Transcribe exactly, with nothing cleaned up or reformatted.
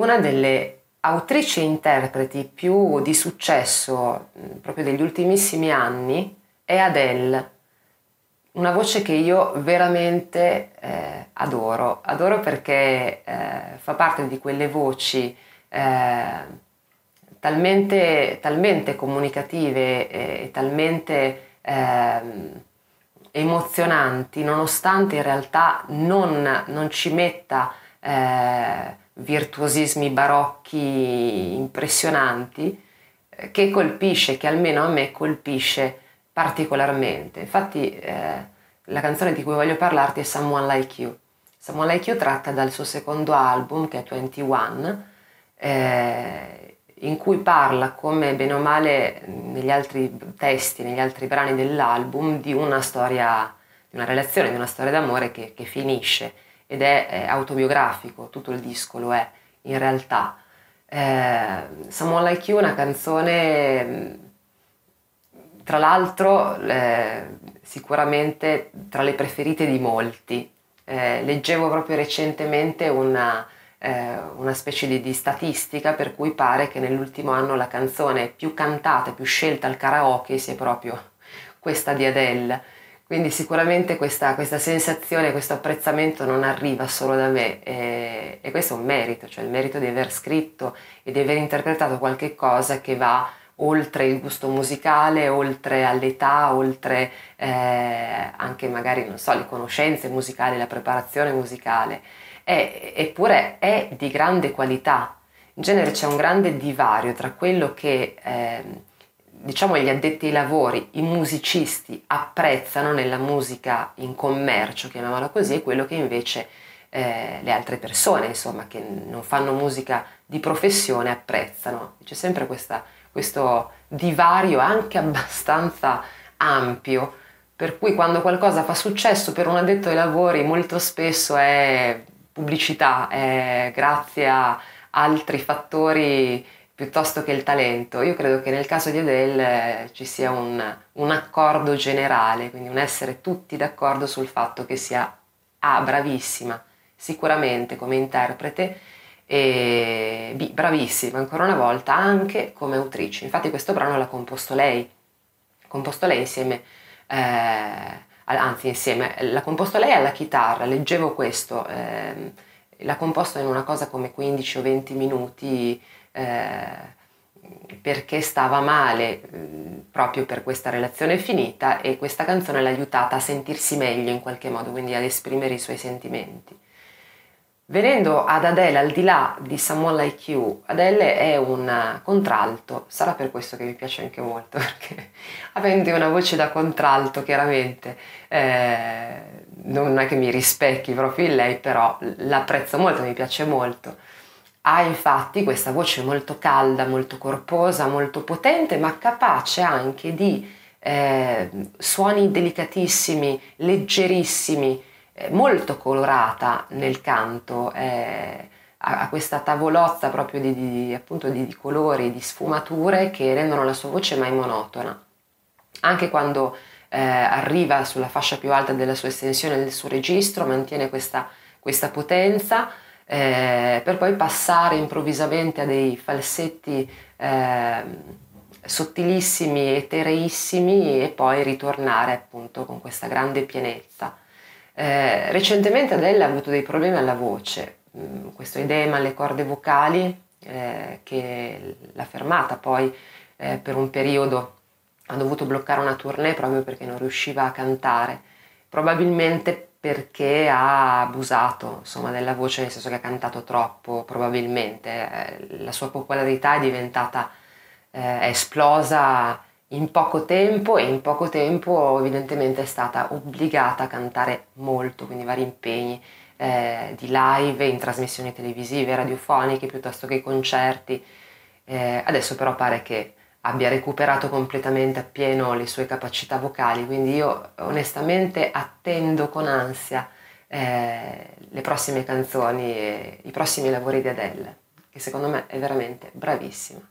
Una delle autrici e interpreti più di successo proprio degli ultimissimi anni è Adele, una voce che io veramente eh, adoro, adoro perché eh, fa parte di quelle voci eh, talmente, talmente comunicative e, e talmente eh, emozionanti, nonostante in realtà non, non ci metta eh, virtuosismi barocchi impressionanti, eh, che colpisce, che almeno a me colpisce particolarmente. Infatti eh, la canzone di cui voglio parlarti è Someone Like You. Someone Like You tratta dal suo secondo album, che è ventuno, eh, in cui parla, come bene o male negli altri testi, negli altri brani dell'album, di una storia, di una relazione, di una storia d'amore che, che finisce, ed è, è autobiografico, tutto il disco lo è in realtà. Eh, Someone Like You è una canzone, tra l'altro, eh, sicuramente tra le preferite di molti. Eh, leggevo proprio recentemente una, eh, una specie di, di statistica per cui pare che nell'ultimo anno la canzone più cantata, più scelta al karaoke sia proprio questa di Adele. Quindi sicuramente questa, questa sensazione, questo apprezzamento non arriva solo da me, e, e questo è un merito, cioè il merito di aver scritto e di aver interpretato qualche cosa che va oltre il gusto musicale, oltre all'età, oltre eh, anche magari, non so, le conoscenze musicali, la preparazione musicale. È, eppure è di grande qualità. In genere c'è un grande divario tra quello che eh, diciamo gli addetti ai lavori, i musicisti apprezzano nella musica in commercio, chiamiamola così, e quello che invece eh, le altre persone, insomma, che non fanno musica di professione apprezzano. C'è sempre questa, questo divario anche abbastanza ampio, per cui quando qualcosa fa successo per un addetto ai lavori molto spesso è pubblicità, è grazie a altri fattori piuttosto che il talento. Io credo che nel caso di Adele eh, ci sia un, un accordo generale, quindi un essere tutti d'accordo sul fatto che sia A, bravissima, sicuramente come interprete, e B, bravissima ancora una volta anche come autrice. Infatti questo brano l'ha composto lei, composto lei insieme, eh, anzi insieme, l'ha composto lei alla chitarra, leggevo questo, eh, l'ha composto in una cosa come quindici o venti minuti, Eh, perché stava male eh, proprio per questa relazione finita, e questa canzone l'ha aiutata a sentirsi meglio in qualche modo, quindi ad esprimere i suoi sentimenti. Venendo ad Adele, al di là di Someone Like You, Adele è un contralto, sarà per questo che mi piace anche molto, perché avendo una voce da contralto chiaramente eh, non è che mi rispecchi proprio in lei, però l'apprezzo molto, mi piace molto. Ha infatti questa voce molto calda, molto corposa, molto potente, ma capace anche di eh, suoni delicatissimi, leggerissimi, eh, molto colorata nel canto, eh, ha, ha questa tavolozza proprio di, di, appunto di, di colori, di sfumature che rendono la sua voce mai monotona. Anche quando eh, arriva sulla fascia più alta della sua estensione, del suo registro, mantiene questa, questa potenza, Eh, per poi passare improvvisamente a dei falsetti eh, sottilissimi, etereissimi, e poi ritornare appunto con questa grande pienezza. Eh, recentemente Adele ha avuto dei problemi alla voce, mh, questo edema alle corde vocali eh, che l'ha fermata, poi eh, per un periodo ha dovuto bloccare una tournée proprio perché non riusciva a cantare, probabilmente perché ha abusato, insomma, della voce, nel senso che ha cantato troppo, probabilmente. Eh, la sua popolarità è diventata, eh, è esplosa in poco tempo, e in poco tempo evidentemente è stata obbligata a cantare molto, quindi vari impegni eh, di live, in trasmissioni televisive, radiofoniche, piuttosto che concerti. Eh, adesso però pare che abbia recuperato completamente appieno le sue capacità vocali, quindi io onestamente attendo con ansia eh, le prossime canzoni e i prossimi lavori di Adele, che secondo me è veramente bravissima.